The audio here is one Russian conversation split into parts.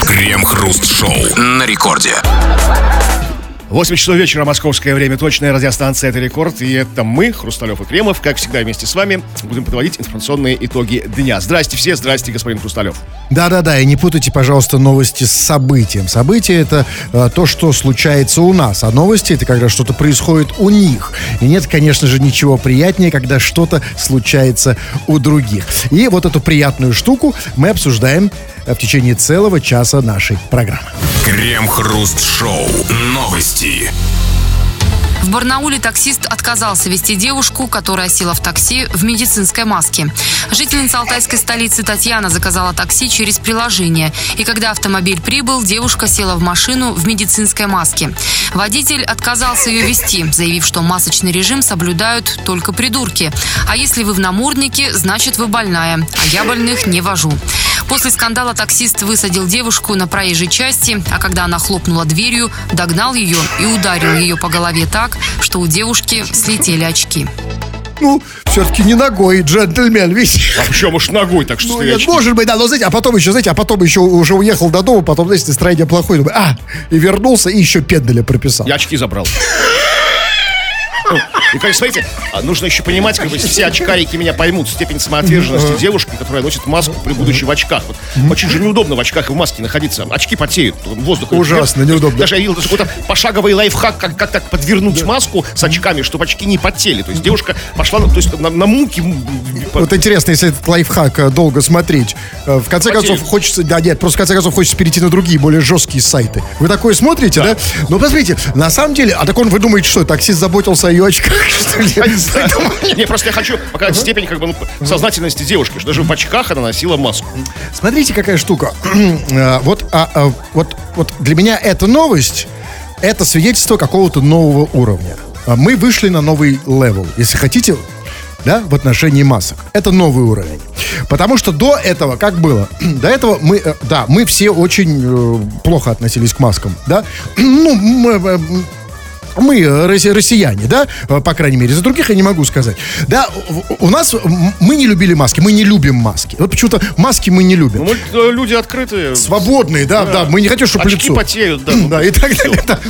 Крем-хруст-шоу на рекорде. 8 часов вечера, московское время, точная радиостанция «Это Рекорд». И это мы, Хрусталев и Кремов, как всегда вместе с вами будем подводить информационные итоги дня. Здрасте все, здрасте, господин Хрусталев. Да-да-да, и не путайте, пожалуйста, новости с событием. Событие — это то, что случается у нас, а новости — это когда что-то происходит у них. И нет, конечно же, ничего приятнее, когда что-то случается у других. И вот эту приятную штуку мы обсуждаем в течение целого часа нашей программы. Крем-хруст-шоу. Новости. В Барнауле таксист отказался везти девушку, которая села в такси в медицинской маске. Жительница алтайской столицы Татьяна заказала такси через приложение. И когда автомобиль прибыл, девушка села в машину в медицинской маске. Водитель отказался ее везти, заявив, что масочный режим соблюдают только придурки. А если вы в наморднике, значит вы больная, а я больных не вожу. После скандала таксист высадил девушку на проезжей части, а когда она хлопнула дверью, догнал ее и ударил ее по голове так, что у девушки слетели очки. Ну, все-таки не ногой, джентльмен, видите? А почему, может, ногой, так что Нет, может быть, да, но, знаете, а потом еще уже уехал до дома, потом, знаете, настроение плохое, думаю, и вернулся, и еще пенделя прописал. Я очки забрал. И, конечно, смотрите, нужно еще понимать, как бы все очкарики меня поймут, степень самоотверженности девушки, которая носит маску, будучи в очках. Вот, очень же неудобно в очках и в маске находиться. Очки потеют, воздух. Ужасно неудобно. Даже я видел какой-то пошаговый лайфхак, как так подвернуть маску с очками, чтобы очки не потели. То есть девушка пошла на муки. Вот интересно, если этот лайфхак долго смотреть. В конце концов хочется, просто в конце концов хочется перейти на другие, более жесткие сайты. Вы такое смотрите, да? Ну, посмотрите, на самом деле, вы думаете, что таксист заботился о ее очках, что ли? Не, просто я хочу показать степень сознательности девушки, что даже в очках она носила маску. Смотрите, какая штука. Вот для меня эта новость, это свидетельство какого-то нового уровня. Мы вышли на новый левел, если хотите, да, в отношении масок. Это новый уровень. Потому что до этого, как было? До этого мы все очень плохо относились к маскам, да? Мы россияне, да, по крайней мере, за других я не могу сказать. Да, у нас, мы не любили маски, мы не любим маски. Вот почему-то маски мы не любим. Мы люди открытые. Свободные, да, мы не хотим, чтобы очки лицо. Потеют, да. Да, и так далее, да.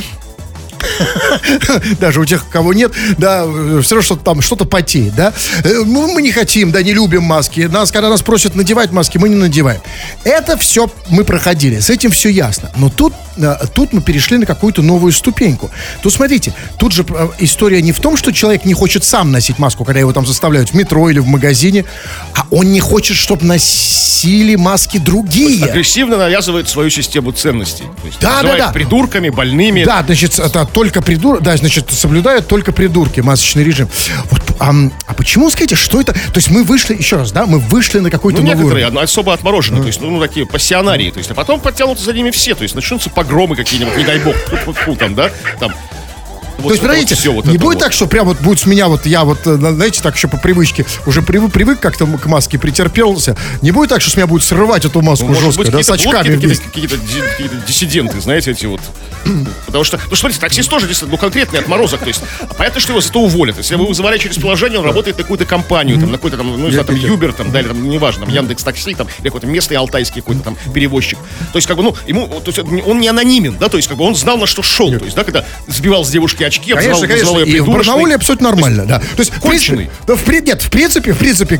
Даже у тех, кого нет, да, все равно что-то там, что-то потеет, да. Мы не хотим, да, не любим маски. Когда нас просят надевать маски, мы не надеваем. Это все мы проходили, с этим все ясно. Но тут мы перешли на какую-то новую ступеньку. Тут, смотрите, тут же история не в том, что человек не хочет сам носить маску, когда его там заставляют в метро или в магазине, а он не хочет, чтобы носили маски другие. Агрессивно навязывает свою систему ценностей. То есть да. Придурками, больными. Да, значит, это только соблюдают только придурки масочный режим. Вот, а почему, скажите, что это? То есть мы вышли, еще раз, да, мы вышли на какой-то новый уровень. Некоторые особо отмороженные, то есть, такие пассионарии, то есть, а потом подтянутся за ними все, то есть, начнутся погромы какие-нибудь, не дай бог, там, да, там. То есть, подождите, не будет так, что прям вот будет с меня, знаете, так еще по привычке, уже привык как-то к маске, претерпелся. Не будет так, что с меня будет срывать эту маску жестко, да, с очками. Какие-то диссиденты, знаете, эти вот. Потому что, смотрите, таксист тоже действительно, конкретный отморозок, то есть, понятно, что его зато уволят. Если вы вызывали через приложение, он работает на какую-то компанию, там, на какой-то там, Uber, там, да, или там, неважно, там, Яндекс.Такси, там, или какой-то местный алтайский какой-то там перевозчик. То есть, ему, то есть, он не анонимен, да, то есть, он знал, на что шел, то есть, да, когда сбивал с девушки очки, конечно, и в Барнауле абсолютно нормально, да. То есть, конченый. В принципе,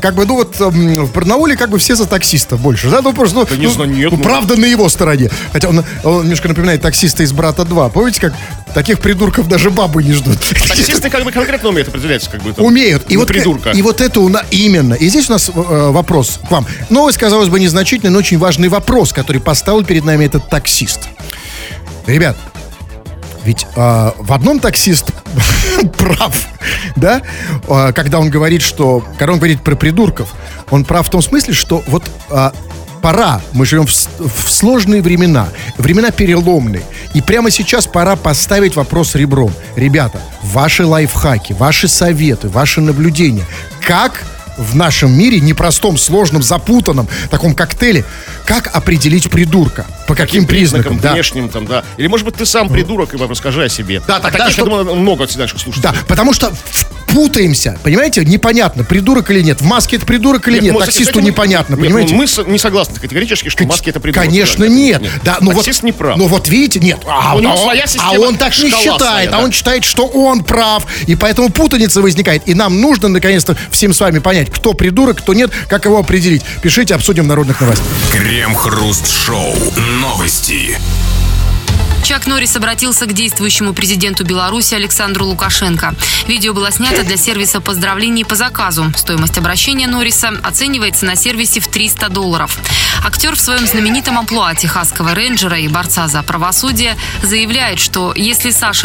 в Барнауле все за таксиста больше, да, просто, правда на его стороне. Хотя он немножко напоминает таксиста из «Брата 2». Помните, как таких придурков даже бабы не ждут? Таксисты конкретно умеют определять, умеют. И придурка. И вот это именно. И здесь у нас вопрос к вам. Новость, казалось бы, незначительный, но очень важный вопрос, который поставил перед нами этот таксист. Ребят, ведь в одном таксист прав, да, когда он говорит про придурков, он прав в том смысле, что пора, мы живем в сложные времена переломные, и прямо сейчас пора поставить вопрос ребром. Ребята, ваши лайфхаки, ваши советы, ваши наблюдения, как в нашем мире, непростом, сложном, запутанном таком коктейле, как определить придурка? По каким признакам? Внешним, там, да. Или, может быть, ты сам придурок, и расскажи о себе. Да, тогда, таких, я думаю, много всегда слушателей. Да, потому что путаемся, понимаете? Непонятно, придурок или нет. В маске это придурок или нет. Таксисту непонятно, понимаете? Мы не согласны категорически, что в маске это придурок. Конечно, нет. Да, ну таксист не прав. Ну вот видите, нет. Он так не считает, он считает, что он прав. И поэтому путаница возникает. И нам нужно, наконец-то, всем с вами понять, кто придурок, кто нет, как его определить. Пишите, обсудим в народных новостях. Крем-хруст-шоу. Новости. Чак Норрис обратился к действующему президенту Беларуси Александру Лукашенко. Видео было снято для сервиса поздравлений по заказу. Стоимость обращения Норриса оценивается на сервисе в $300. Актер в своем знаменитом амплуа техасского рейнджера и борца за правосудие заявляет, что если Саша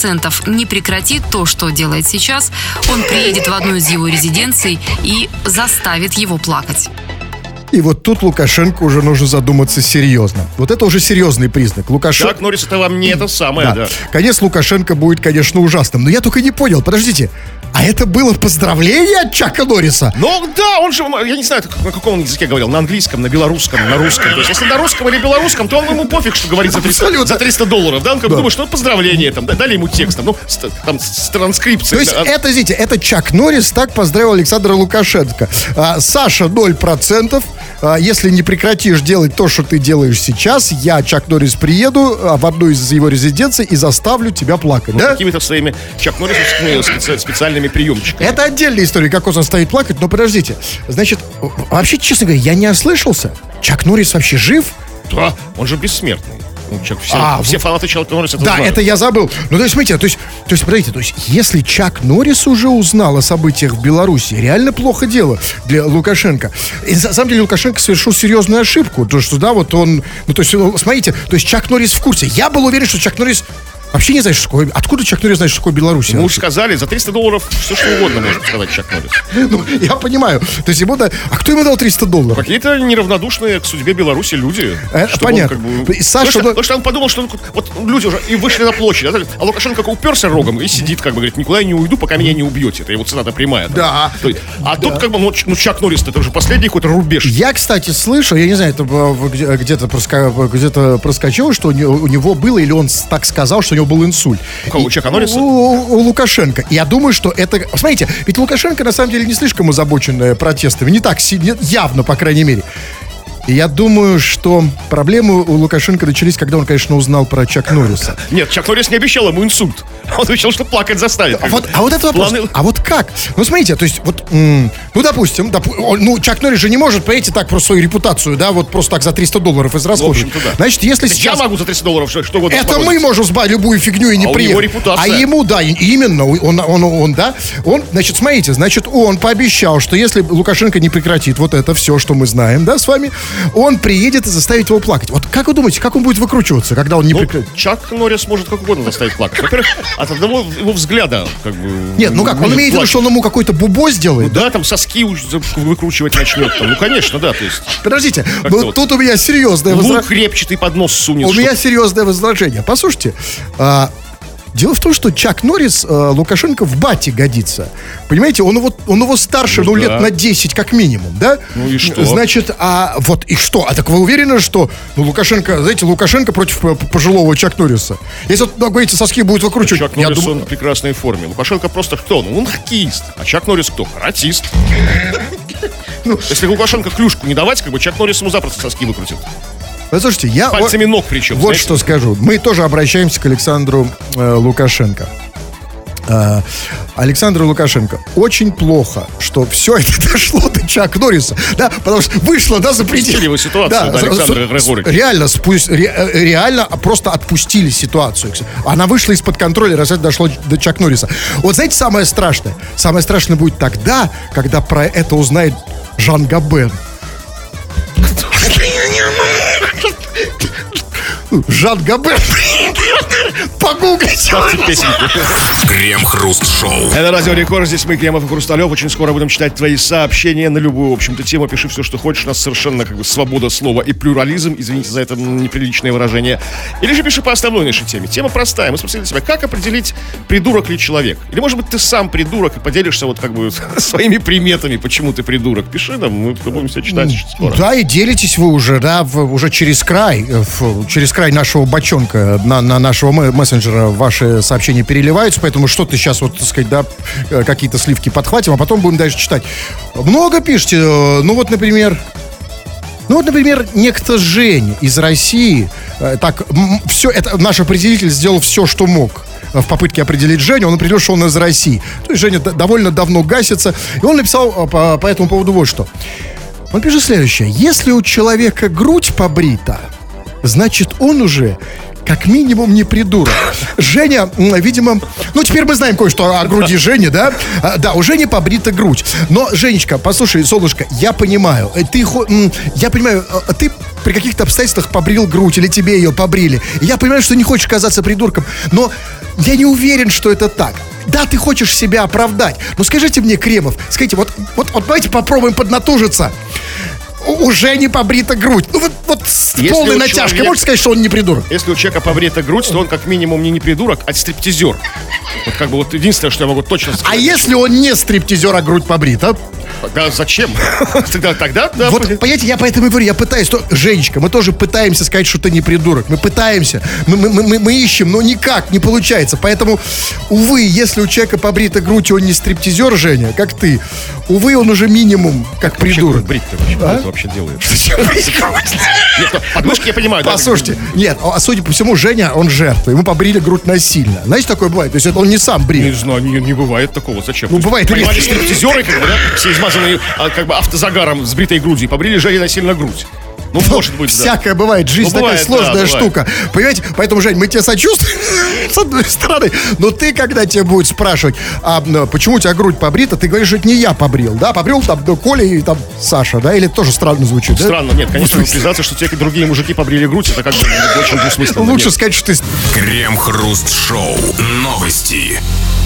0% не прекратит то, что делает сейчас, он приедет в одну из его резиденций и заставит его плакать. И вот тут Лукашенко уже нужно задуматься серьезно. Вот это уже серьезный признак. Чак Норрис, это вам не это самое, да. Конец Лукашенко будет, конечно, ужасным. Но я только не понял, подождите, а это было поздравление от Чака Норриса? Ну да, он же, я не знаю, на каком он языке говорил, на английском, на белорусском, на русском. То есть если на русском или белорусском, то ему пофиг, что говорит за $300, да, он как бы думает, что это поздравление, там, дали ему текст, там, с транскрипцией. То есть это, видите, это Чак Норрис так поздравил Александра Лукашенко. Саша 0%. Если не прекратишь делать то, что ты делаешь сейчас, я, Чак Норрис, приеду в одну из его резиденций и заставлю тебя плакать. Да? Какими-то своими Чак Норрисовскими специальными приемчиками. Это отдельная история, как он заставит плакать, но подождите. Значит, вообще, честно говоря, я не ослышался. Чак Норрис вообще жив? Да, он же бессмертный. Все фанаты Чака Норриса это знают. Это я забыл. Ну, то есть, смотрите, то есть, подождите, то есть, если Чак Норрис уже узнал о событиях в Беларуси, реально плохо дело для Лукашенко. И, на самом деле, Лукашенко совершил серьезную ошибку. То, что, да, вот он, ну, то есть, смотрите, то есть, Чак Норрис в курсе. Я был уверен, что Чак Норрис вообще не знаешь, что такое. Откуда Чак Норрис знает, что такое Беларусь? Мы уже сказали, за $300 все что угодно может сказать Чак Норрис. Ну, я понимаю. То есть ему да. А кто ему дал $300? Какие-то неравнодушные к судьбе Беларуси люди. Это понятно. Потому что он подумал, что вот люди уже и вышли на площадь, а Лукашенко уперся рогом и сидит, как бы говорит, никуда я не уйду, пока меня не убьете. Это его цена-то прямая. Да. А тут как бы, ну Чак Норрис, это уже последний какой-то рубеж. Я, кстати, слышал, я не знаю, это где-то проскочило, что у него было, или он так сказал, что у него был инсульт. У кого? У Чака Норриса? У Лукашенко. Я думаю, что это... Смотрите, ведь Лукашенко на самом деле не слишком озабочен протестами. Не так явно, по крайней мере. И я думаю, что проблемы у Лукашенко начались, когда он, конечно, узнал про Чак Норриса. Нет, Чак Норрис не обещал ему инсульт. Он обещал, что плакать заставит. А вот это вопрос. А вот как? Ну, смотрите, то есть, вот, допустим, Чак Норрис же не может, понимаете, так просто свою репутацию, да, вот просто так за $300 израсходовать. Да. Значит, если сейчас... Я могу за $300 что угодно. Это мы можем сбавить любую фигню и не приехать. У него репутация. А ему, да, именно, он, да, он, значит, смотрите, значит, он пообещал, что если Лукашенко не прекратит вот это все, что мы знаем, да, с вами, он приедет и заставит его плакать. Вот как вы думаете, как он будет выкручиваться, когда он не прекратит? Чак Норрис может как угодно заставить плакать. Во-первых, от одного его взгляда, как бы... Нет, ну как, он имеет в виду, что он ему какой-то бубо сделает? Ну, да, там соски выкручивать начнет. Там. Ну, конечно, да, то есть... Подождите, ну, тут у меня серьезное возражение. Лук репчатый под нос сунет. У меня серьезное возражение. Послушайте, дело в том, что Чак Норрис Лукашенко в бате годится. Понимаете, он его старше, да. Лет на 10 как минимум, да? Ну и что? Значит, вот и что? А так вы уверены, что Лукашенко, знаете, Лукашенко против пожилого Чак Норриса? Если вот, говорите, соски будет выкручивать... Чак Норрис, он в прекрасной форме. Лукашенко просто кто? Ну, он хоккеист. А Чак Норрис кто? Каратист. Если Лукашенко клюшку не давать, как бы Чак Норрис ему запросто соски выкрутит. Слушайте, я... Пальцами ног причем. Вот знаете? Что скажу. Мы тоже обращаемся к Александру Лукашенко. Александру Лукашенко, очень плохо, что все это дошло до Чак Норриса, да, потому что вышло, да, за пределы. Ситуацию, да, Александр Григорьевич. Реально просто отпустили ситуацию. Она вышла из-под контроля, раз это дошло до Чак Норриса. Вот знаете, самое страшное? Самое страшное будет тогда, когда про это узнает Жан Габен. Жан Габен. Погуглите. Крем-хруст-шоу. Это Радио Рекорд. Здесь мы, Кремов и Хрусталев. Очень скоро будем читать твои сообщения на любую, в общем-то, тему. Пиши все, что хочешь. У нас совершенно как бы свобода слова и плюрализм. Извините за это неприличное выражение. Или же пиши по основной нашей теме. Тема простая. Мы спросили себя, как определить, придурок ли человек. Или, может быть, ты сам придурок и поделишься вот как бы своими приметами, почему ты придурок. Пиши нам, мы будем все читать очень скоро. Да, и делитесь вы уже, да, уже через край нашего бочонка, на нашего мессенджера ваши сообщения переливаются, поэтому что-то сейчас, вот, так сказать, да, какие-то сливки подхватим, а потом будем дальше читать. Много пишите, например, некто Жень из России, все это, наш определитель сделал все, что мог в попытке определить Женю, он определил, что он из России. То есть Женя довольно давно гасится, и он написал по этому поводу вот что. Он пишет следующее. Если у человека грудь побрита, значит, он уже как минимум не придурок. Женя, видимо... теперь мы знаем кое-что о груди Жени, да? Да, у Жени побрита грудь. Но, Женечка, послушай, солнышко, я понимаю, ты при каких-то обстоятельствах побрил грудь, или тебе ее побрили. Я понимаю, что не хочешь казаться придурком, но я не уверен, что это так. Да, ты хочешь себя оправдать. Но скажите мне, Кремов, скажите, вот давайте попробуем поднатужиться. У Жени побрита грудь. С полной натяжкой. Можешь сказать, что он не придурок? Если у человека побрита грудь, то он как минимум не придурок, а стриптизер. Единственное, что я могу точно сказать. А если он не стриптизер, а грудь побрита? Тогда зачем? Тогда да. Понимаете, я поэтому и говорю, я пытаюсь. Женечка, мы тоже пытаемся сказать, что ты не придурок. Мы пытаемся. Мы ищем, но никак не получается. Поэтому, увы, если у человека побрита грудь, и он не стриптизер, Женя, как ты, увы, он уже минимум как придурок. Брить-то вообще делает? Нет, подмышки я понимаю. Послушайте, нет, судя по всему, Женя, он жертва. Ему побрили грудь насильно. Знаете, такое бывает? То есть это он не сам брил. Не знаю, не бывает такого. Зачем? Бывает. Понимали стриптизеры, все измазанные автозагаром с бритой грудью, побрили Жене насильно грудь. Может быть, да. Всякое бывает, жизнь такая сложная штука. Понимаете? Поэтому, Жень, мы тебе сочувствуем, с одной стороны. Но ты, когда тебя будут спрашивать, почему у тебя грудь побрита, ты говоришь, что это не я побрил, да? Побрил там Коля и там Саша, да? Или это тоже странно звучит, да? Странно, нет, конечно, признаться, что те другие мужики побрили грудь, это как бы очень двусмысленно. Лучше сказать, что ты... Крем-хруст-шоу. Новости.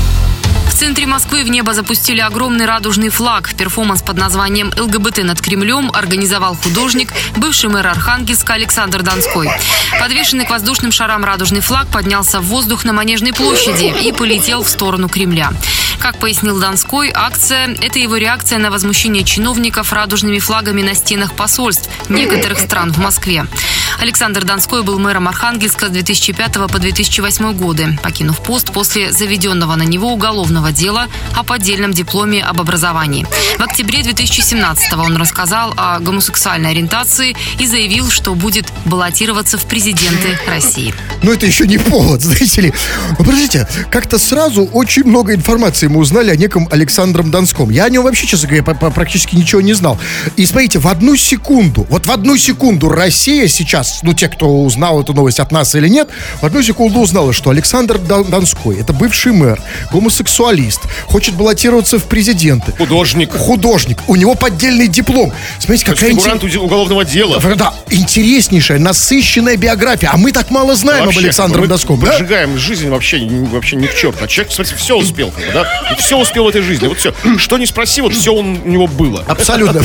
В центре Москвы в небо запустили огромный радужный флаг. Перформанс под названием «ЛГБТ над Кремлем» организовал художник, бывший мэр Архангельска Александр Донской. Подвешенный к воздушным шарам радужный флаг поднялся в воздух на Манежной площади и полетел в сторону Кремля. Как пояснил Донской, акция – это его реакция на возмущение чиновников радужными флагами на стенах посольств некоторых стран в Москве. Александр Донской был мэром Архангельска с 2005 по 2008 годы, покинув пост после заведенного на него уголовного дела о поддельном дипломе об образовании. В октябре 2017-го он рассказал о гомосексуальной ориентации и заявил, что будет баллотироваться в президенты России. Но это еще не повод, знаете ли. Подождите, как-то сразу очень много информации мы узнали о неком Александром Донском. Я о нем вообще, честно говоря, практически ничего не знал. И смотрите, в одну секунду Россия сейчас, те, кто узнал эту новость от нас или нет, в одну секунду узнала, что Александр Донской, это бывший мэр, гомосексуалист, хочет баллотироваться в президенты. Художник. У него поддельный диплом. Смотрите, какая фигурант уголовного дела. Да, интереснейшая, насыщенная биография. А мы так мало знаем об Александре Донском. Мы сжигаем жизнь вообще ни к черту. А человек, смотрите, все успел, да? И все успел в этой жизни. Вот все. Что не спроси, вот все у него было. Абсолютно.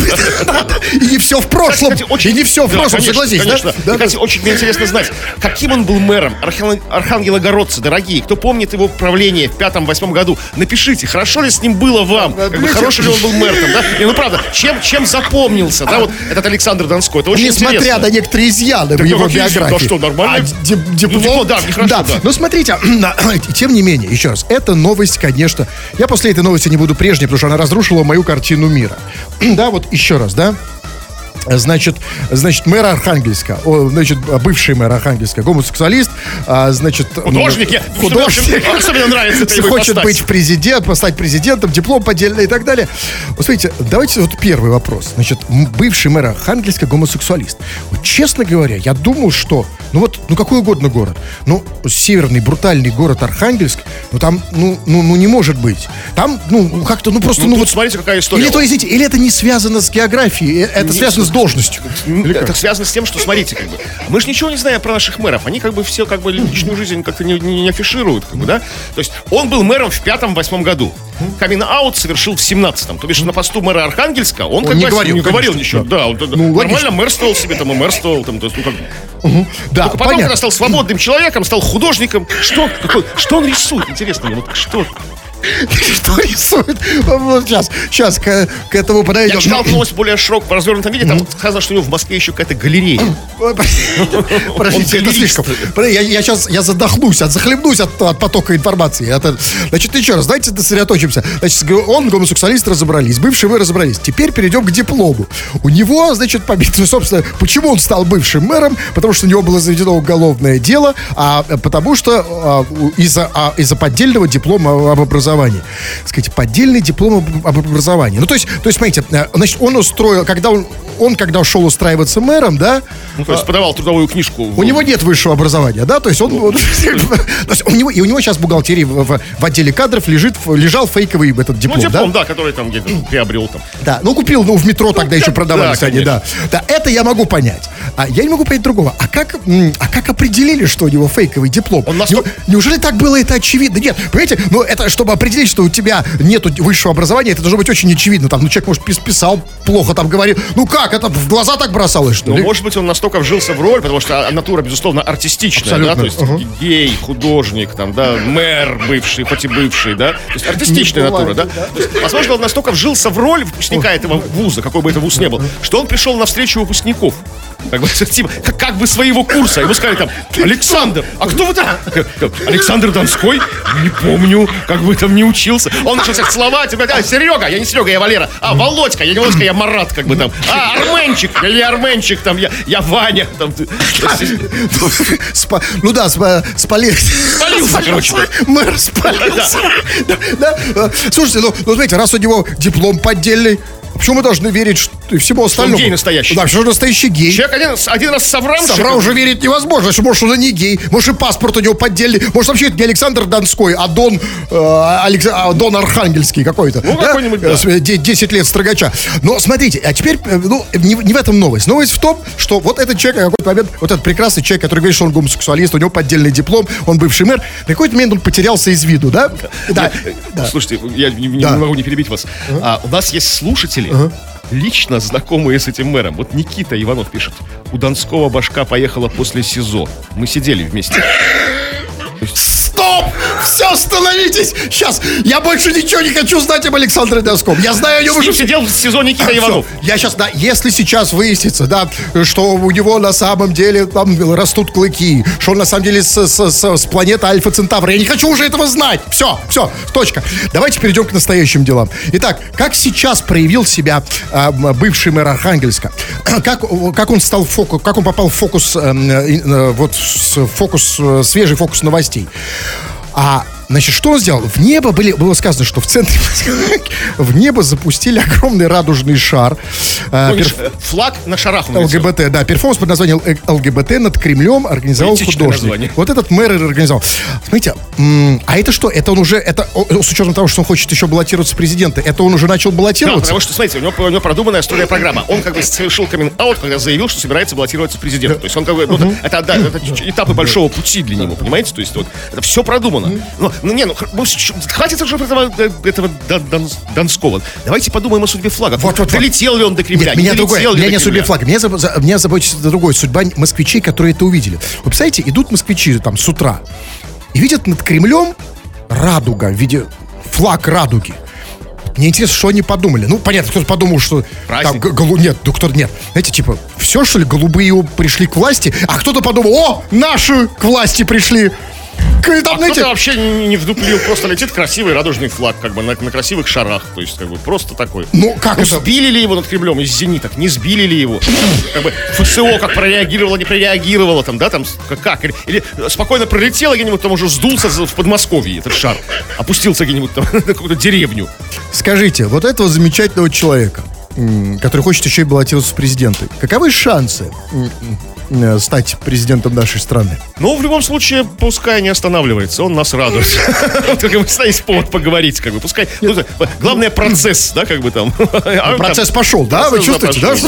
И не все в прошлом. И не все в прошлом, согласись, да? Очень мне интересно знать, каким он был мэром. Архангелогородцы, дорогие, кто помнит его правление в 5-8 году, напишите, хорошо ли с ним было вам, хороший ли он был мэром, да? Правда, чем запомнился, да, вот этот Александр Донской, это очень интересно. Несмотря на некоторые изъяны в его биографии. Да что, нормально? Диплом, да, нехорошо, да. Но смотрите, тем не менее, еще раз, эта новость, конечно, я после этой новости не буду прежней, потому что она разрушила мою картину мира. Да, вот еще раз, да. Значит, мэр Архангельска, бывший мэр Архангельска, гомосексуалист, художник, особенно нравится это его хочет быть стать президентом, диплом поддельный и так далее. Вот смотрите, давайте вот первый вопрос. Значит, бывший мэр Архангельска, гомосексуалист. Вот, честно говоря, я думал, что, какой угодно город, северный брутальный город Архангельск, там, не может быть. Там, как-то, просто, вот смотрите, какая история. Или это не связано с географией, это связано с должностью. Это связано с тем, что, смотрите, мы же ничего не знаем про наших мэров. Они все личную жизнь как-то не афишируют, да? То есть он был мэром в 5-8 году. Камин-аут совершил в 17-м. То бишь на посту мэра Архангельска он не говорил ничего. Да, он нормально мэрствовал себе, и мэрствовал. Да, только потом, когда стал свободным человеком, стал художником, что он рисует? Интересно, что? Что рисует? Вот сейчас к этому подойдем. Я читал новость в более широком, развернутом виде. Там сказано, что у него в Москве еще какая-то галерея. Простите, это слишком. Я захлебнусь от потока информации. Значит, еще раз, давайте сосредоточимся. Значит, он, гомосексуалист, разобрались. Бывший вы разобрались. Теперь перейдем к диплому. У него, значит, собственно, почему он стал бывшим мэром? Потому что у него было заведено уголовное дело, потому что из-за поддельного диплома об образовании. Сказать, поддельный диплом об образовании. Ну, то есть, смотрите, значит, он устроил, когда шел устраиваться мэром, да? Ну, то есть подавал трудовую книжку. У него нет высшего образования, да? То есть у него сейчас в бухгалтерии в отделе кадров лежал фейковый этот диплом, диплом, да, который там где-то приобрел там. Да, купил, в метро тогда еще продавались они, да. Да, это я могу понять. А я не могу понять другого. А как определили, что у него фейковый диплом? Неужели так было это очевидно? Нет, понимаете, это чтобы определить, что у тебя нету высшего образования, это должно быть очень очевидно. Там, человек, может, писал плохо, там говорил. Как? Это в глаза так бросалось, что ли? Может быть, он настолько вжился в роль, потому что натура, безусловно, артистичная, абсолютно. Да, то есть гей, художник, там, да, мэр бывший, хоть и бывший, да, то есть артистичная натура, да. То есть, возможно, он настолько вжился в роль выпускника этого вуза, какой бы это вуз ни был, что он пришел на встречу выпускников. Как бы своего курса. Ему сказали там: Александр, а кто вы там? Александр Донской? Не помню, как бы там не учился. Он начал всех целовать. Серега, я не Серега, я Валера. Володька, я не Володька, я Марат, как бы там. Арменчик, я не Арменчик, там, я Ваня. Там. Спалился, короче. Мэр спалился. Слушайте, знаете, раз у него диплом поддельный, почему мы должны верить всему остальному? Он гей настоящий. Да, что он настоящий гей. Человек один раз соврал. Соврал уже верить невозможно. Может, он и не гей. Может, и паспорт у него поддельный. Может, вообще это не Александр Донской, а Дон Архангельский какой-то. Какой-нибудь, да. 10 лет строгача. Но смотрите, а теперь, не в этом новость. Новость в том, что вот этот человек, в какой-то момент, вот этот прекрасный человек, который говорит, что он гомосексуалист, у него поддельный диплом, он бывший мэр, в какой-то момент он потерялся из виду, да? Да. Слушайте, я не могу не перебить вас. У нас есть слушатели, лично знакомые с этим мэром. Вот Никита Иванов пишет: у Донского башка поехала после СИЗО. Мы сидели вместе. Стоп! Все, остановитесь! Сейчас, я больше ничего не хочу знать об Александре Донском. Я знаю о нем уже. Сидел в СИЗО Никита Иванов. Я сейчас, да, если сейчас выяснится, да, что у него на самом деле там растут клыки, что он на самом деле с планеты Альфа Центавра, я не хочу уже этого знать. Все, точка. Давайте перейдем к настоящим делам. Итак, как сейчас проявил себя бывший мэр Архангельска? Как он стал как он попал в фокус, свежий фокус новостей? Значит, что он сделал? В небо было сказано, что в центре в небо запустили огромный радужный шар. Флаг на шарах. ЛГБТ, да. Перформанс под названием ЛГБТ над Кремлем организовал художник. Вот этот мэр организовал. Смотрите, а это что? Это он уже, с учетом того, что он хочет еще баллотироваться в президенты, это он уже начал баллотироваться? Да, потому что, смотрите, у него продуманная строгая программа. Он как бы совершил каминг-аут, когда заявил, что собирается баллотироваться в президенты. То есть он как бы, это этапы большого пути для него, понимаете? То есть это все продумано. Хватит уже этого Донского. Давайте подумаем о судьбе флага. Долетел ли он до Кремля? Нет, меня не судьба флага. Меня заботит другое. Судьба москвичей, которые это увидели. Вы представляете, идут москвичи там с утра и видят над Кремлем радуга в виде флаг радуги. Мне интересно, что они подумали. Понятно, кто-то подумал, что там, нет, кто-то нет. Знаете, типа, все, что ли, голубые пришли к власти, а кто-то подумал: наши к власти пришли. Кто-то вообще не вдуплил, просто летит красивый радужный флаг, как бы на красивых шарах, то есть как бы просто такой. Как это? Сбили ли его над Кремлем из зениток, не сбили ли его? Как бы ФСО как прореагировало, не прореагировало, там, да, там, как? Или спокойно пролетело где-нибудь, там уже сдулся в Подмосковье этот шар, опустился где-нибудь там на какую-то деревню. Скажите, вот этого замечательного человека, который хочет еще и баллотироваться в президенты, каковы шансы стать президентом нашей страны? В любом случае, пускай не останавливается, он нас радует. Есть повод поговорить, как бы, пускай. Главное, процесс, да, как бы там. Процесс пошел, да? Вы чувствуете, да?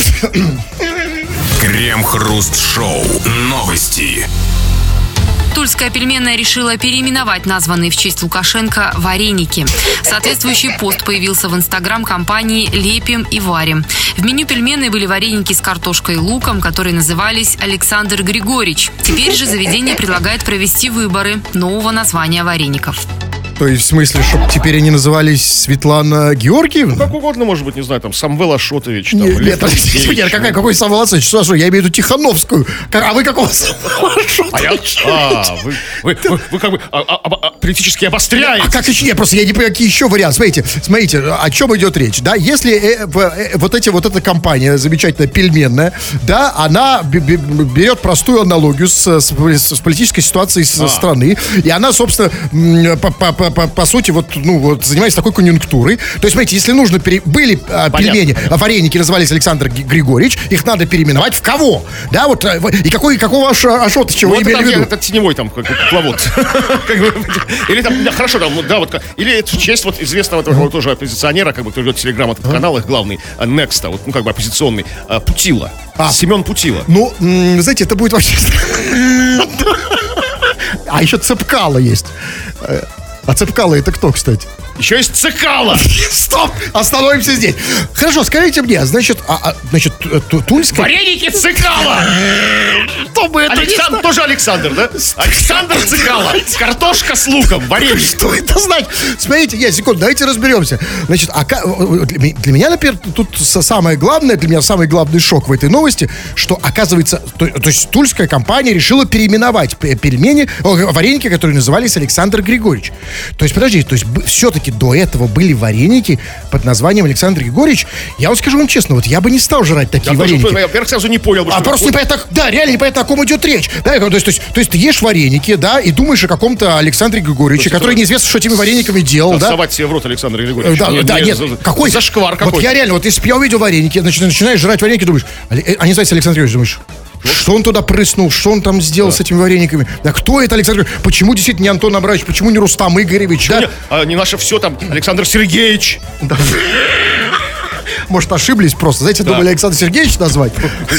Крем-хруст-шоу. Новости. Тульская пельменная решила переименовать названные в честь Лукашенко вареники. Соответствующий пост появился в инстаграм компании «Лепим и варим». В меню пельменной были вареники с картошкой и луком, которые назывались «Александр Григорьевич». Теперь же заведение предлагает провести выборы нового названия вареников. То есть, в смысле, чтобы теперь они назывались Светлана Георгиевна? Как угодно, может быть, не знаю, там, Самвел Ашотович, там, Нет, Лев подождите, Алексеевич. какой Самвел Ашотович? Что, я имею в виду Тихановскую. А вы какого Самвела Ашотовича? Вы как бы политически обостряете. А как еще? Я не понимаю, какие еще варианты. Смотрите, о чем идет речь, да? Если вот эта компания замечательная, пельменная, да, она берет простую аналогию с политической ситуацией страны, и она, собственно, по сути, вот занимается такой конъюнктурой. То есть, смотрите, если нужно, были пельмени, вареники назывались Александр Григорьевич, их надо переименовать в кого? Да, вот, и какого Ашотовича вы имели в виду? Это теневой там кукловод. Или там, хорошо, там, да, вот, или это в честь вот известного тоже оппозиционера, как бы, кто ведет телеграм, этот канал их главный, Next, вот, как бы оппозиционный, Путила. Семен Путила. Ну, знаете, это будет вообще... А еще Цепкало есть. А Цепкало это кто, кстати? Еще есть Цикало. Стоп! Остановимся здесь. Хорошо, скажите мне, значит, Тульская... Вареники Цикало! Что бы это Александр, тоже Александр, да? Александр Цикало. Картошка с луком, вареники. Что это значит? Смотрите, секунду, давайте разберемся. Значит, для меня, например, тут самое главное, для меня самый главный шок в этой новости, что, оказывается, то есть тульская компания решила переименовать вареники, которые назывались Александр Григорьевич. То есть, подождите, то есть все-таки до этого были вареники под названием Александр Григорьевич. Я вот скажу вам честно, вот я бы не стал жрать такие вареники. Я, во-первых, сразу не понял. Просто непонятно, да, реально непонятно, о ком идет речь. Да, то есть ты ешь вареники, да, и думаешь о каком-то Александре Григорьевиче, который неизвестно, что этими варениками делал, да? Совать себе в рот Александр Григорьевич. Нет, какой зашквар какой-то. Вот я реально, вот если бы я увидел вареники, начинаешь жрать вареники, думаешь, они называются Александр Григорьевич, думаешь, что он туда прыснул, что он там сделал с этими варениками? Да кто это Александр Григорьевич? Почему действительно не Антон Абрамович? Почему не Рустам Игоревич? Да? Не наше все там, Александр Сергеевич. Может, ошиблись просто. Знаете, думали Александр Сергеевич назвать?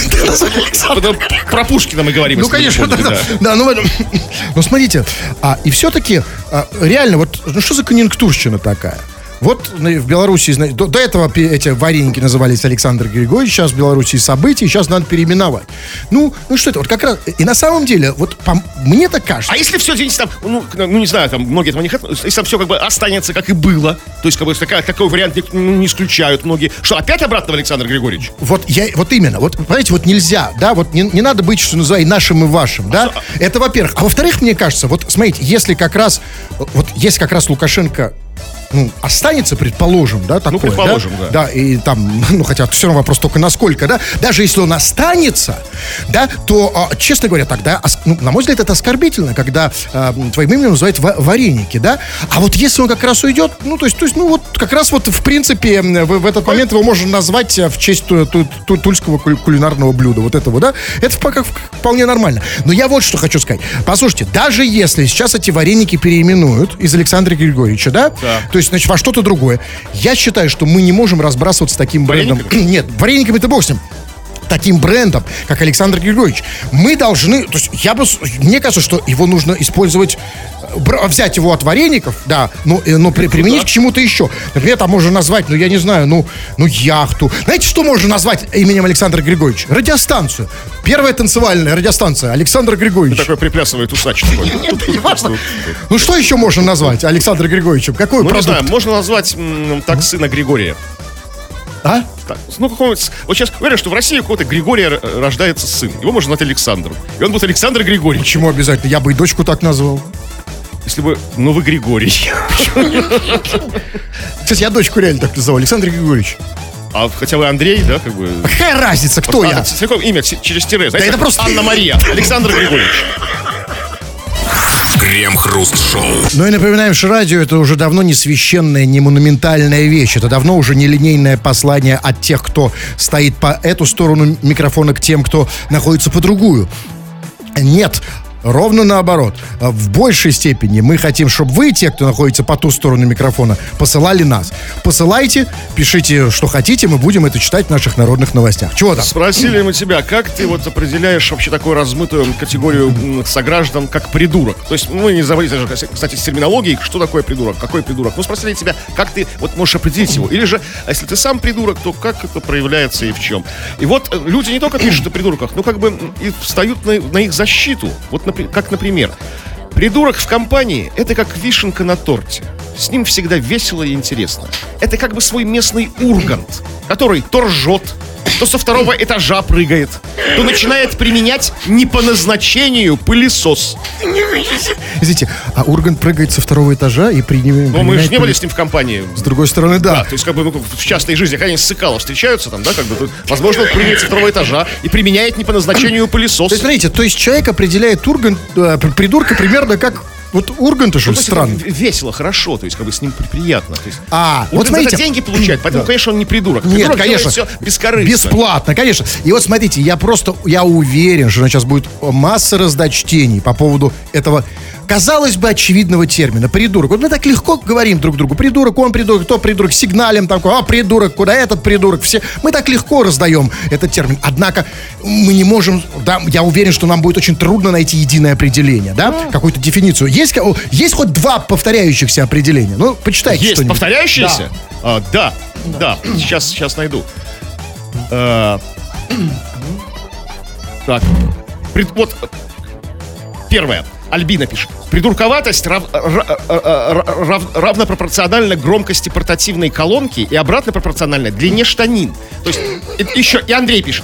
Про Пушкина мы говорим. Ну, конечно, да. Ну, смотрите, и все-таки, реально, вот, что за конъюнктурщина такая? Вот в Беларуси, до этого эти вареники назывались Александр Григорьевич, сейчас в Беларуси события, сейчас надо переименовать. Ну что это, вот как раз, и на самом деле, вот мне так кажется. А если все, там, не знаю, там, многие этого не хотят, если там все как бы останется, как и было, то есть, как бы, такой вариант не исключают многие, что опять обратно в Александр Григорьевич? Вот именно, вот, понимаете, вот нельзя, да, вот не надо быть, что называется, нашим и вашим, да, это во-первых. А во-вторых, мне кажется, вот, смотрите, если как раз Лукашенко останется, предположим, да, такое, предположим, да. Да, и там, хотя все равно вопрос только насколько, да, даже если он останется, да, то, честно говоря, тогда, на мой взгляд, это оскорбительно, когда твоим именем называют вареники, да, а вот если он как раз уйдет, вот как раз вот, в принципе, в этот момент его можно назвать в честь тульского кулинарного блюда, вот этого, да, это пока вполне нормально. Но я вот что хочу сказать. Послушайте, даже если сейчас эти вареники переименуют из Александра Григорьевича, да. То есть, значит, во что-то другое. Я считаю, что мы не можем разбрасываться таким брендом. Нет, варениками это бог с ним. Таким брендом, как Александр Григорьевич. Мы должны, то есть мне кажется, что его нужно использовать, взять его от вареников, да, но применить к чему-то еще. Например, там можно назвать, я не знаю, яхту. Знаете, что можно назвать именем Александра Григорьевича? Радиостанцию. Первая танцевальная радиостанция Александр Григорьевич. Такой приплясывает усач. Не важно. Что еще можно назвать Александра Григорьевичем? Какой продукт? Не знаю, можно назвать так сына Григория. А? Так, какого-нибудь... Вот сейчас уверен, что в России у какого-то Григория рождается сын. Его можно назвать Александром. И он будет Александр Григорьевич. Почему обязательно? Я бы и дочку так назвал. Если бы новый Григорий. Кстати, я дочку реально так называл. Александр Григорьевич. А хотя бы Андрей, да, как бы... Какая разница, кто я? Целиком имя через тире. Знаете, это просто... Анна-Мария. Александр Григорьевич. Крем-хруст-шоу. Ну и напоминаем, что радио — это уже давно не священная, не монументальная вещь. Это давно уже не линейное послание от тех, кто стоит по эту сторону микрофона, к тем, кто находится по другую. Нет. Ровно наоборот. В большей степени мы хотим, чтобы вы, те, кто находится по ту сторону микрофона, посылали нас. Посылайте, пишите, что хотите, мы будем это читать в наших народных новостях. Чего там? Спросили мы тебя, как ты вот определяешь вообще такую размытую категорию сограждан, как придурок? То есть мы не забыли даже, кстати, с терминологией, что такое придурок, какой придурок. Ну, спросили тебя, как ты вот можешь определить его. Или же, если ты сам придурок, то как это проявляется и в чем? И вот люди не только пишут о придурках, но как бы и встают на их защиту. Вот как, например, Придурок в компании — это как вишенка на торте. С ним всегда весело и интересно. Это как бы свой местный Ургант, который то ржет, то со второго этажа прыгает, то начинает применять не по назначению пылесос. Извините, а Ургант прыгает со второго этажа и принимает... Но мы же не были с ним в компании. С другой стороны, да. То есть, как бы, в частной жизни, когда они с Сыкало встречаются, там, да, как бы, возможно, он прыгает со второго этажа и применяет не по назначению пылесос. То есть, смотрите, то есть человек определяет придурка примерно как... Вот Ургант же странно. Весело, хорошо, то есть, как бы, с ним приятно. То есть, вот смотрите, деньги получает, поэтому, конечно, он не придурок. Нет, Придурок конечно. все бескорыстно. Бесплатно, конечно. И вот смотрите, я уверен, что сейчас будет масса раздочтений по поводу этого, казалось бы, очевидного термина «придурок». Вот мы так легко говорим друг другу: придурок, он придурок, кто придурок, сигналим там, придурок, куда этот придурок, все. Мы так легко раздаем этот термин. Однако мы не можем, да, я уверен, что нам будет очень трудно найти единое определение, да, какую-то дефиницию. Есть хоть два повторяющихся определения? Ну, почитайте есть что-нибудь. Повторяющиеся? Да. Сейчас найду. Так. Вот первое. Альбина пишет. Придурковатость равнопропорциональна громкости портативной колонки и обратно пропорциональна длине штанин. То есть, еще и Андрей пишет.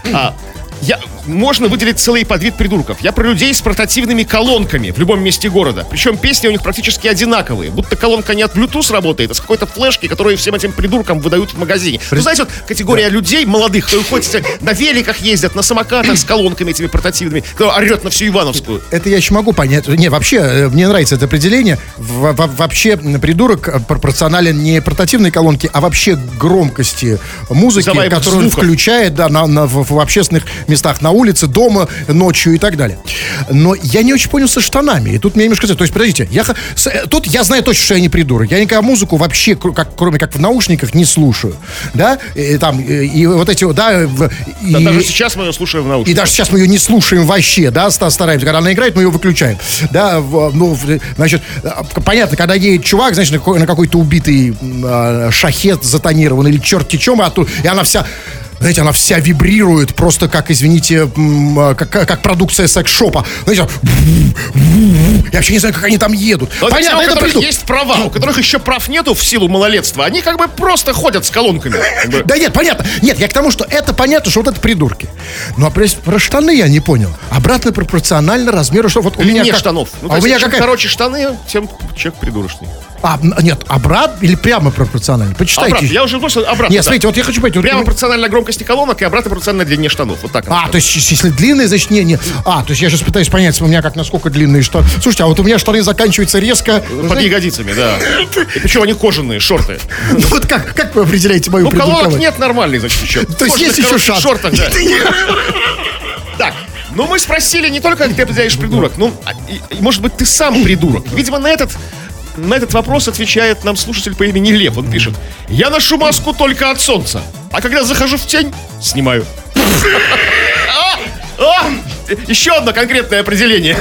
Можно выделить целый подвид придурков. Я про людей с портативными колонками в любом месте города. Причем песни у них практически одинаковые. Будто колонка не от Bluetooth работает, а с какой-то флешки, которую всем этим придуркам выдают в магазине. Ну, знаете, вот категория людей молодых, кто ходят на великах ездят, на самокатах с колонками этими портативными, кто орет на всю Ивановскую. Это я еще могу понять. Не, вообще, мне нравится это определение. Вообще, придурок пропорционален не портативной колонке, а вообще громкости музыки, которую он включает, да, в общественных местах, на улице, дома, ночью и так далее. Но я не очень понял со штанами. И тут мне немножко... То есть, подождите, тут я знаю точно, что я не придурок. Я никогда музыку вообще, кроме как в наушниках, не слушаю. Да? И вот эти... Да, даже сейчас мы ее слушаем в наушниках. И даже сейчас мы ее не слушаем вообще, да, стараемся. Когда она играет, мы ее выключаем. Да, значит, понятно, когда едет чувак, значит, на какой-то убитый шахет затонированный или черти чем, и она вся... Знаете, она вся вибрирует, просто как, извините, как продукция секс-шопа. Знаете, я вообще не знаю, как они там едут. Но понятно, у которых есть права, у которых еще прав нету в силу малолетства, они как бы просто ходят с колонками. Да нет, понятно. Нет, я к тому, что это понятно, что вот это придурки. Ну, а про штаны я не понял. Обратно пропорционально размеру, что вот у меня... Нет штанов. У меня чем короче штаны, тем человек придурочный. Нет, обратно или прямо пропорционально? Почитайте. Обратно, я уже просто обратно. Нет, смотрите, вот я хочу понять. Прямо пропорционально громкости колонок и обратно пропорционально длине штанов. Вот так. То есть, если длинные, значит, не. То есть я сейчас пытаюсь понять, у меня как насколько длинные штаны. Слушайте, а вот у меня штаны заканчиваются резко... Под ягодицами, да. И причем они кожаные, шорты. Ну вот как вы определяете мою придурковость? Колонок нет нормальных, значит, еще. То есть есть еще шанс. В шортах, да. Так, ну мы спросили не только, как ты определяешь придурок, может быть, ты сам придурок. Видимо, на этот вопрос отвечает нам слушатель по имени Лев. Он пишет: я ношу маску только от солнца, а когда захожу в тень, снимаю. Еще одно конкретное определение.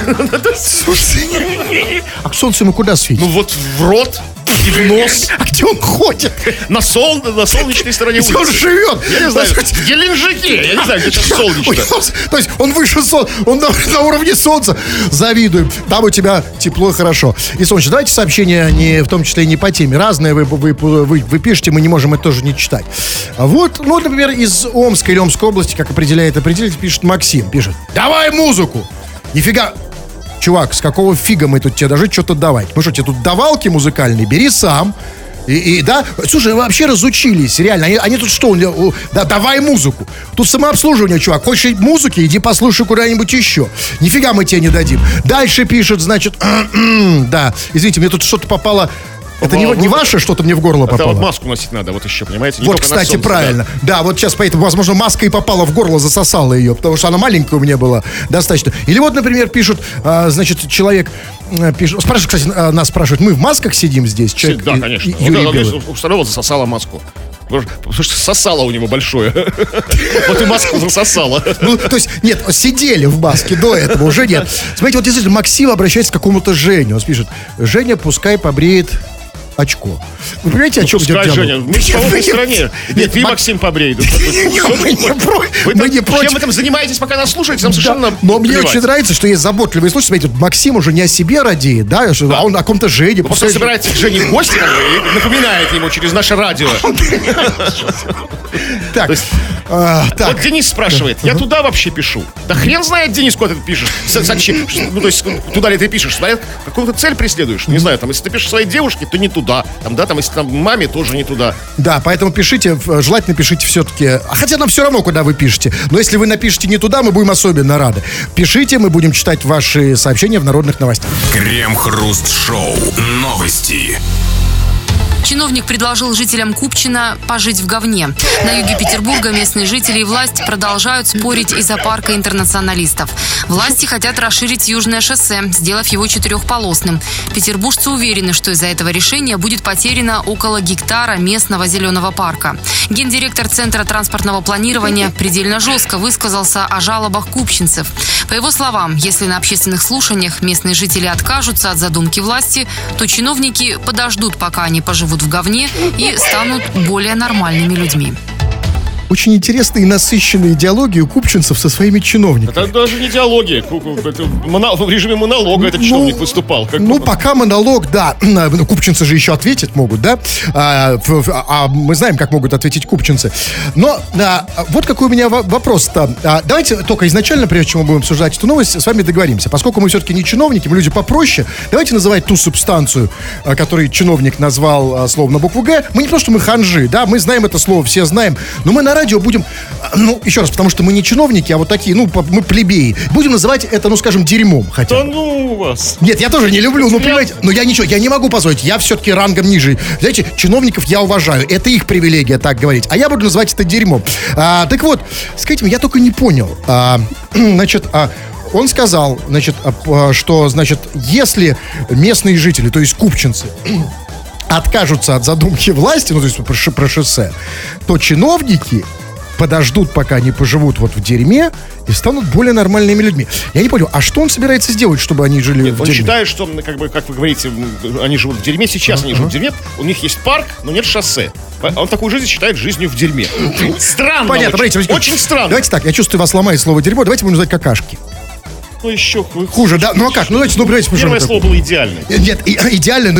А к солнцу мы куда светим? Ну вот в рот и в нос. А где он ходит? На солнечной стороне улицы. Где он живет? Я не знаю, в Геленджике. Я не знаю, где там солнечно. То есть он выше солнца, он на уровне солнца. Завидуем. Там у тебя тепло и хорошо. И солнечно. Давайте сообщения, в том числе и не по теме. Разные вы пишете, мы не можем это тоже не читать. Вот, например, из Омска или Омской области, как определяет определитель, пишет Максим. Пишет: давай музыку. Нифига. Чувак, с какого фига мы тут тебе даже что-то давать? Мы что, тебе тут давалки музыкальные? Бери сам. Да, слушай, вообще разучились, реально. Они тут что? Да, давай музыку. Тут самообслуживание, чувак. Хочешь музыки, иди послушай куда-нибудь еще. Нифига мы тебе не дадим. Дальше пишут, значит, да, извините, мне тут что-то попало. Это не ваше что-то мне в горло попало? Это вот маску носить надо, вот еще, понимаете? Вот, кстати, правильно. Да, вот сейчас поэтому, возможно, маска и попала в горло, засосала ее, потому что она маленькая у меня была достаточно. Или вот, например, пишут, значит, человек пишет, спрашивает, кстати, нас спрашивают, мы в масках сидим здесь? Человек, да, конечно. У Столева засосала маску. Потому что сосало у него большое. Вот и маску засосало. То есть, нет, сидели в маске до этого, уже нет. Смотрите, вот действительно, Максим обращается к какому-то Жене. Он пишет: Женя пускай побреет очко. Вы понимаете, о чем идет Пускай, диалог? Женя, мы в холодной стране. Нет, ты, Максим, побрей. Мы не Чем против. вы там занимаетесь, пока нас слушаете? Нам совершенно Но мне плевать. очень нравится, что есть заботливые слушатели. Смотрите, вот Максим уже не о себе радеет, да, а он о ком-то Жене. Он просто собирается к Жене в гости как бы, и напоминает ему через наше радио. Так, есть- так. Вот Денис спрашивает, я туда вообще пишу? Да хрен знает, Денис, куда ты пишешь. Зачем? Ну, то есть, туда ли ты пишешь? Смотря, какую-то цель преследуешь? Не знаю, там, если ты пишешь своей девушке, то не туда. Там, да, там, если там маме, тоже не туда. Да, поэтому пишите, желательно пишите все-таки. Хотя нам все равно, куда вы пишете. Но если вы напишете не туда, мы будем особенно рады. Пишите, мы будем читать ваши сообщения в народных новостях. Крем-хруст-шоу. Новости. Чиновник предложил жителям Купчино пожить в говне. На юге Петербурга местные жители и власть продолжают спорить из-за парка интернационалистов. Власти хотят расширить Южное шоссе, сделав его четырехполосным. Петербуржцы уверены, что из-за этого решения будет потеряно около гектара местного зеленого парка. Гендиректор Центра транспортного планирования предельно жестко высказался о жалобах купчинцев. По его словам, если на общественных слушаниях местные жители откажутся от задумки власти, то чиновники подождут, пока они поживут в говне и станут более нормальными людьми. Очень интересные и насыщенные диалоги у купчинцев со своими чиновниками. Это даже не диалоги. Это в режиме монолога этот чиновник выступал. Ну, пока монолог, да. Купчинцы же еще ответить могут, да? А мы знаем, как могут ответить купчинцы. Но вот какой у меня вопрос-то. Давайте только изначально, прежде чем мы будем обсуждать эту новость, с вами договоримся. Поскольку мы все-таки не чиновники, мы люди попроще, давайте называть ту субстанцию, которую чиновник назвал словом на букву «Г». Мы не то, что мы ханжи, да, мы знаем это слово, все знаем, но мы на радио будем, ну, еще раз, потому что мы не чиновники, а вот такие, ну, мы плебеи. Будем называть это, ну, скажем, дерьмом хотя бы. Да ну вас. Нет, я тоже не люблю, ну, понимаете, но я ничего, я не могу позволить, я все-таки рангом ниже. Знаете, чиновников я уважаю, это их привилегия так говорить, а я буду называть это дерьмом. Так вот, скажите мне, я только не понял, значит, он сказал, значит, что, значит, если местные жители, то есть купчинцы, откажутся от задумки власти, ну, то есть про шоссе, то чиновники подождут, пока они поживут вот в дерьме и станут более нормальными людьми. Я не понял, а что он собирается сделать, чтобы они жили в Он дерьме? считает, что, как бы, как вы говорите, они живут в дерьме. Сейчас они живут в дерьме. У них есть парк, но нет шоссе. Он такую жизнь считает жизнью в дерьме. Странно. Понятно, Очень странно. Давайте так, я чувствую, вас ломает слово дерьмо, давайте будем называть какашки. Ну, еще Хуже, да? Ну а как? Ну давайте, давайте Первое слово было идеальное. Нет, идеально,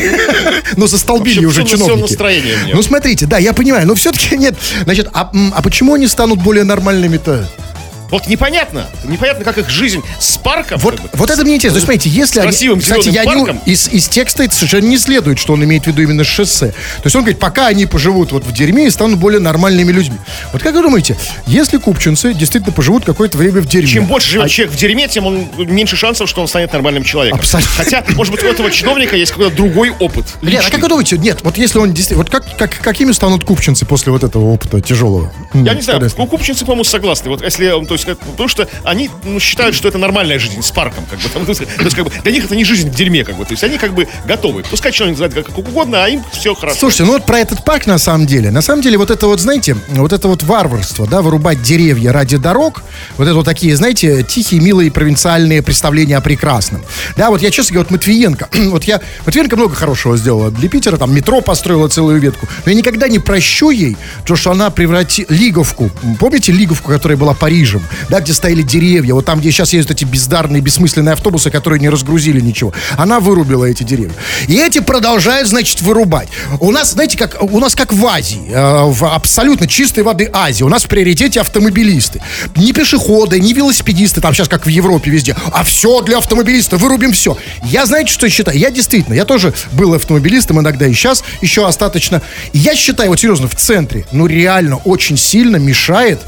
но застолбили Вообще, уже всё чиновники. настроение у меня. Ну смотрите, да, я понимаю, но все-таки нет. Значит, а почему они станут более нормальными-то? Вот непонятно, как их жизнь с парком. Вот, как бы, вот это мне интересно. То есть, смотрите, если они... красивым Кстати, зеленым парком. из текста это совершенно не следует, что он имеет в виду именно шоссе. То есть он говорит, пока они поживут вот в дерьме и станут более нормальными людьми. Вот как вы думаете, если купчинцы действительно поживут какое-то время в дерьме... Чем больше живет человек в дерьме, тем он меньше шансов, что он станет нормальным человеком. Абсолютно. Хотя, может быть, у этого чиновника есть какой-то другой опыт. Нет, а личный. как вы думаете, нет, вот если он действительно... Вот какими станут купчинцы после вот этого опыта тяжелого? Я не знаю, Когда- купчинцы, по-моему, согласны. Вот если, то есть, потому что они считают, что это нормальная жизнь с парком, как бы. То есть, как бы, для них это не жизнь в дерьме, как бы. То есть они как бы готовы. Пускай человек называет как угодно, а им все хорошо. Слушайте, ну вот про этот парк на самом деле вот это вот, знаете, вот это вот варварство, да, вырубать деревья ради дорог, вот это вот такие, знаете, тихие, милые провинциальные представления о прекрасном. Да, вот я, честно говоря, вот Матвиенко много хорошего сделала для Питера, там метро построила целую ветку, но я никогда не прощу ей то, что она превратила Лиговку, помните Лиговку, которая была Парижем, да, где стояли деревья, вот там, где сейчас ездят эти бездарные, бессмысленные автобусы, которые не разгрузили ничего. Она вырубила эти деревья. И эти продолжают, значит, вырубать. У нас, знаете, как в Азии, в абсолютно чистой воды Азии, у нас в приоритете автомобилисты. Не пешеходы, не велосипедисты, там сейчас как в Европе везде, а все для автомобилиста, вырубим все. Я, знаете, что считаю? Я тоже был автомобилистом иногда и сейчас еще остаточно. И я считаю, вот серьезно, в центре, ну реально очень сильно мешает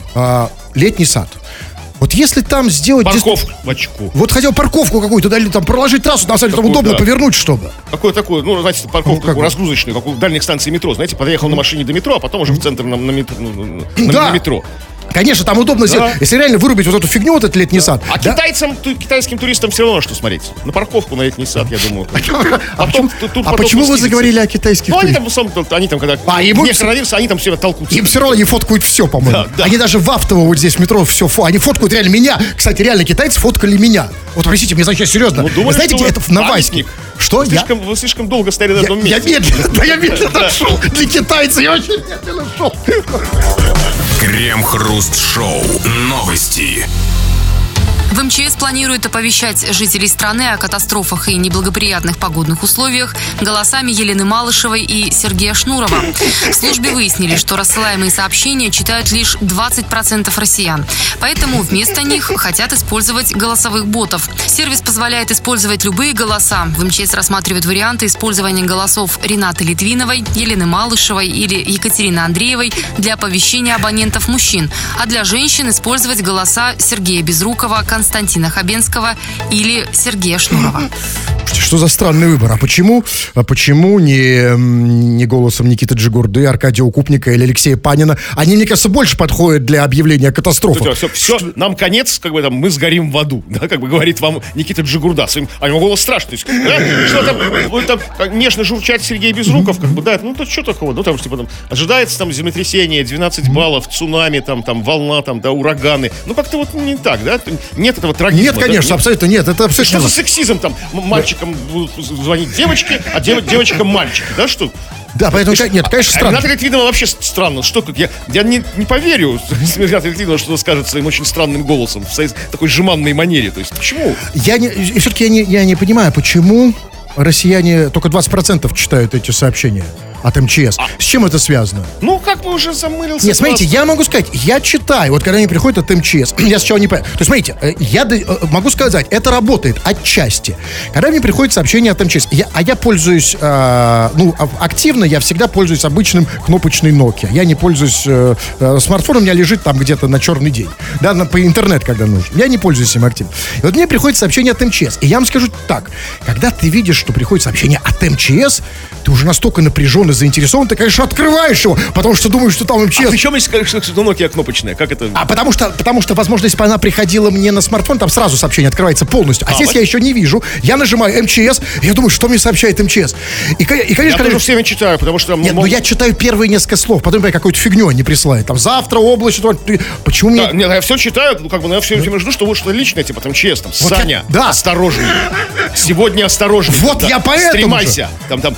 летний сад. Вот если там сделать... Парковку в очку. Вот хотел парковку какую-то, дали, там проложить трассу, на самом деле там удобно повернуть, чтобы. Какую такую, ну, знаете, парковку такую разгрузочную, как у дальних станций метро. Знаете, подъехал на машине до метро, а потом уже в центр на метро. Конечно, там удобно сделать. Если реально вырубить вот эту фигню, вот этот летний сад. А да? китайским туристам все равно что смотреть. На парковку на летний сад, я думаю. А почему вы заговорили о китайских Ну, туристах? они там, когда ему коронавирус, они там все толкутся. Им все равно они фоткают все, по-моему. Да. Они даже в Автово вот здесь в метро все, они фоткают реально меня. Кстати, реально китайцы фоткали меня. Вот, простите, мне значит, серьезно. Ну, думали, вы знаете, где это в Новайске? Что? Вы слишком долго стояли на одном месте. Я медленно шел. Для китайцев я очень медленно шел. Крем-хруст-шоу. Новости. В МЧС планируют оповещать жителей страны о катастрофах и неблагоприятных погодных условиях голосами Елены Малышевой и Сергея Шнурова. В службе выяснили, что рассылаемые сообщения читают лишь 20% россиян. Поэтому вместо них хотят использовать голосовых ботов. Сервис позволяет использовать любые голоса. В МЧС рассматривают варианты использования голосов Ренаты Литвиновой, Елены Малышевой или Екатерины Андреевой для оповещения абонентов мужчин, а для женщин использовать голоса Сергея Безрукова, Константина Хабенского или Сергея Шнурова. Что за странный выбор? А почему не голосом Никиты Джигурды, Аркадия Укупника или Алексея Панина? Они, мне кажется, больше подходят для объявления катастрофы. Все, нам конец, мы сгорим в аду, да, говорит вам Никита Джигурда. А его голос страшный. Что там нежно журчать Сергей Безруков, то что такого? Ожидается землетрясение, 12 баллов, цунами, волна, ураганы. Как-то не так, да? Нет этого трагизма. Нет, конечно, абсолютно нет. Это абсолютно... Что за сексизм мальчикам будут звонить девочки, а девочкам мальчики, да, что? Да, поэтому, нет, конечно, странно. Рената Литвинова вообще странно. Я не поверю, если Рената Литвинова что-то скажет своим очень странным голосом, в своей такой жеманной манере. То есть, почему? Все-таки я не понимаю, почему россияне только 20% читают эти сообщения от МЧС. С чем это связано? Как мы уже замылился. Нет, смотрите, я могу сказать, я читаю, вот когда они приходят от МЧС, я сначала не понимаю. То есть, смотрите, я могу сказать, это работает отчасти. Когда мне приходит сообщение от МЧС, я пользуюсь, активно, я всегда пользуюсь обычным кнопочной Nokia. Я не пользуюсь, смартфон у меня лежит там где-то на черный день. Да, по интернет, когда нужно. Я не пользуюсь им активно. И вот мне приходит сообщение от МЧС. И я вам скажу так, когда ты видишь, что приходит сообщение от МЧС, ты уже настолько напряжен и заинтересован, ты, конечно, открываешь его, потому что думаешь, что там МЧС. А причем, если что Nokia кнопочная, как это? Потому что, возможно, если бы она приходила мне на смартфон, там сразу сообщение открывается полностью. А здесь я еще не вижу. Я нажимаю МЧС, и я думаю, что мне сообщает МЧС. И конечно, я тоже все время читаю, потому что... Нет, я читаю первые несколько слов, потом какую-то фигню они присылают. Там завтра облачно. Почему мне... Нет, я все читаю, я все время жду, что вот что-то личное, типа там ЧС, Саня, осторожней. Сегодня осторожней. Вот я поэтому стремайся.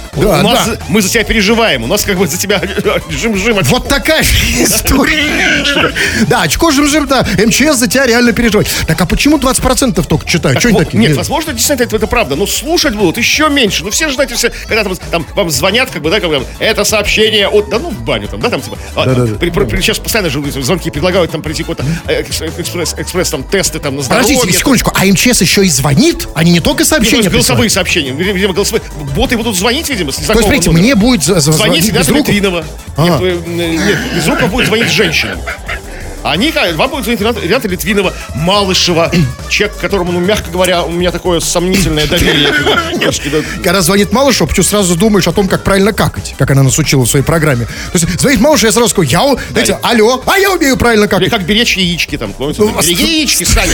Мы за тебя переживаем. У нас за тебя жим-жим. Вот такая история. Да, очко жим-жим, да. МЧС за тебя реально переживает. Так, а почему 20% только читают? Что они такие? Нет, возможно, действительно, это правда. Но слушать будут еще меньше. Все же знаете, когда там вам звонят, это сообщение от... в баню там, да, там типа... Сейчас постоянно же звонки предлагают там прийти какой-то экспресс, там, тесты там на здоровье. Подождите, секундочку, а МЧС еще и звонит? Они не только сообщения голосовые сообщения. Видимо, голосовые. Боты будут звонить, видимо, с То есть, смотрите, мне будет звонить Рената Литвинова. Нет, Безруков будет звонить женщинам. Вам будет звонить Рената Литвинова, Малышева, человек, которому, мягко говоря, у меня такое сомнительное доверие. Когда звонит Малышева, почему сразу думаешь о том, как правильно какать, как она нас учила в своей программе. То есть звонит Малышева, я сразу скажу, алло, я умею правильно какать. Или как беречь яички там. Береги яички, Саня.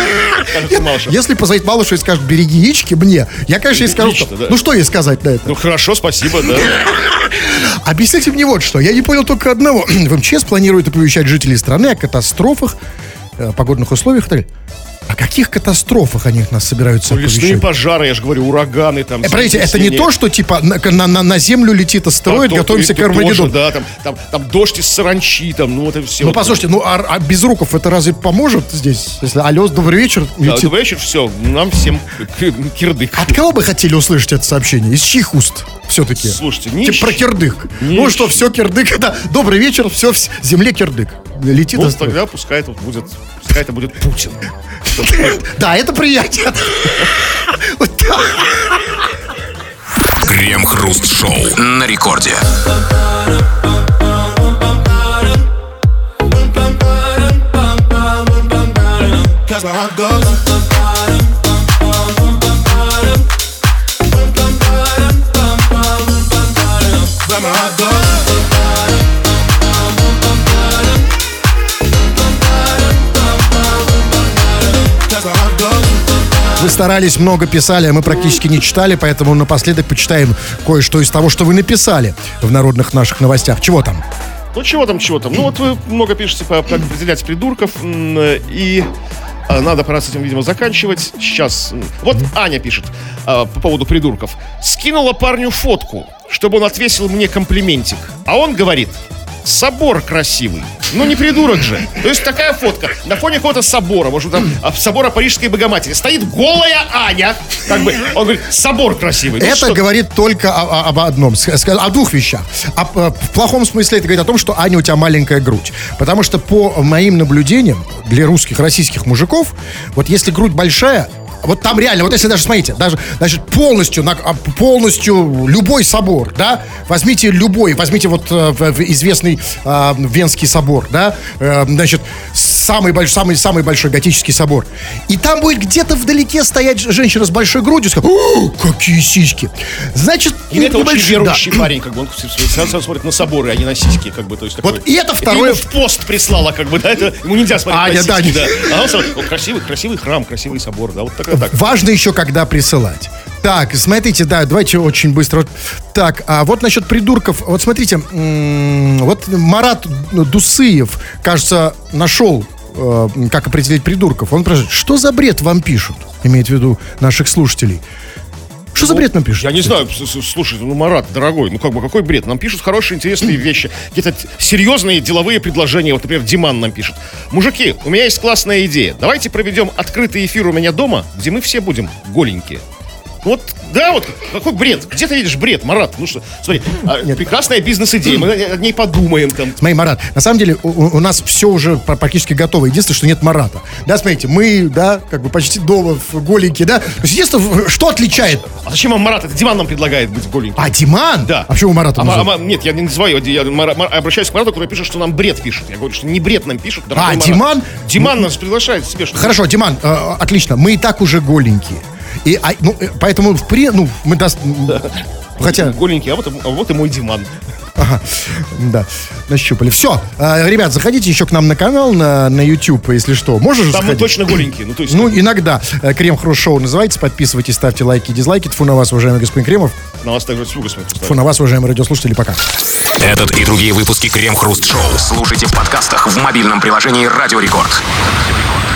Если позвонить Малышеву и скажет, береги яички мне, я, конечно, ей скажу, что ей сказать на это? Хорошо, спасибо, да. Объясните мне вот что. Я не понял только одного. В МЧС планируют оповещать жителей страны о катастрофах, погодных условиях и так далее. О каких катастрофах они нас собираются оповещать? Лесные пожары, я же говорю, ураганы там. Подождите, это не то, что типа на землю летит астероид, готовимся к Армагеддону. Да, там дождь из саранчи, там, это все. Послушайте, а Безруков это разве поможет здесь? Если алло, добрый вечер. Добрый вечер, все, нам всем кирдык. От кого бы хотели услышать это сообщение? Из чьих уст? Все-таки. Слушайте, про кирдык. Что, все кирдык, да. Добрый вечер, все в земле кирдык. Летит астероид. Тогда пускай это будет Путин. Да, это приятно. Крем-хруст-шоу на рекорде. Вы старались, много писали, а мы практически не читали, поэтому напоследок почитаем кое-что из того, что вы написали в народных наших новостях. Чего там? Ну, чего там. Ну, вот вы много пишете, как определять придурков, и надо пора с этим, видимо, заканчивать. Сейчас. Вот Аня пишет по поводу придурков. Скинула парню фотку, чтобы он отвесил мне комплиментик. А он говорит: собор красивый. Ну, не придурок же. То есть такая фотка на фоне какого-то собора, может, там собора Парижской Богоматери. Стоит голая Аня. Как бы, он говорит: собор красивый. Ну, это что? говорит только об одном, о двух вещах. В плохом смысле это говорит о том, что, Аня, у тебя маленькая грудь. Потому что по моим наблюдениям, для русских, российских мужиков, вот если грудь большая, вот там реально, вот если даже, смотрите, даже, значит, полностью любой собор, да, возьмите вот известный Венский собор, да, значит, самый большой готический собор. И там будет где-то вдалеке стоять женщина с большой грудью, скажет: «О, какие сиськи!» Значит, И это очень верующий парень, как бы, он сразу смотрит на соборы, а не на сиськи, как бы, то есть такое. Вот и это второе. Это ему в пост прислала, как бы, да, это ему нельзя смотреть на Аня, сиськи, да. да. А он смотрит: красивый храм, красивый собор, да, вот так. Важно еще, когда присылать. Так, смотрите, да, давайте очень быстро. Так, а вот насчет придурков. Вот смотрите, вот Марат Дусыев, кажется, нашел, как определить придурков. Он спрашивает: что за бред вам пишут? Имеет в виду наших слушателей. Что за бред нам пишут? Я не знаю, слушай, Марат, дорогой, ну как бы какой бред? Нам пишут хорошие, интересные вещи, какие-то серьезные деловые предложения. Вот, например, Диман нам пишет: мужики, у меня есть классная идея. Давайте проведем открытый эфир у меня дома, где мы все будем голенькие. Вот, да, вот какой бред? Где ты видишь бред, Марат? Ну что, смотри, прекрасная бизнес-идея, мы о ней подумаем там. Смотри, Марат, на самом деле у нас все уже практически готово. Единственное, что нет Марата. Да, смотрите, мы, да, как бы почти дома голенькие, да. То есть, единственное, что отличает? А зачем вам Марат? Это Диман нам предлагает быть голеньким. А, Диман? Да. А почему Марата называют? Нет, я не называю, я обращаюсь к Марату, который пишет, что нам бред пишет. Я говорю, что не бред нам пишут, дорогой Марат. Диман? Диман нас приглашает к себе. Хорошо, Диман, отлично. Мы и так уже голенькие. Поэтому мы хотя... Голенький, а вот и мой Диман. Ага, да, нащупали. Все, ребят, заходите еще к нам на канал, на YouTube, если что. Можешь там заходить? мы точно голенькие. Ну, то есть... иногда. Крем-хруст шоу называется. Подписывайтесь, ставьте лайки и дизлайки. Тьфу на вас, уважаемый господин Кремов. На вас также тьфу, господин. Тьфу на вас, уважаемые радиослушатели. Пока. Этот и другие выпуски Крем-хруст шоу слушайте в подкастах в мобильном приложении Радио Рекорд.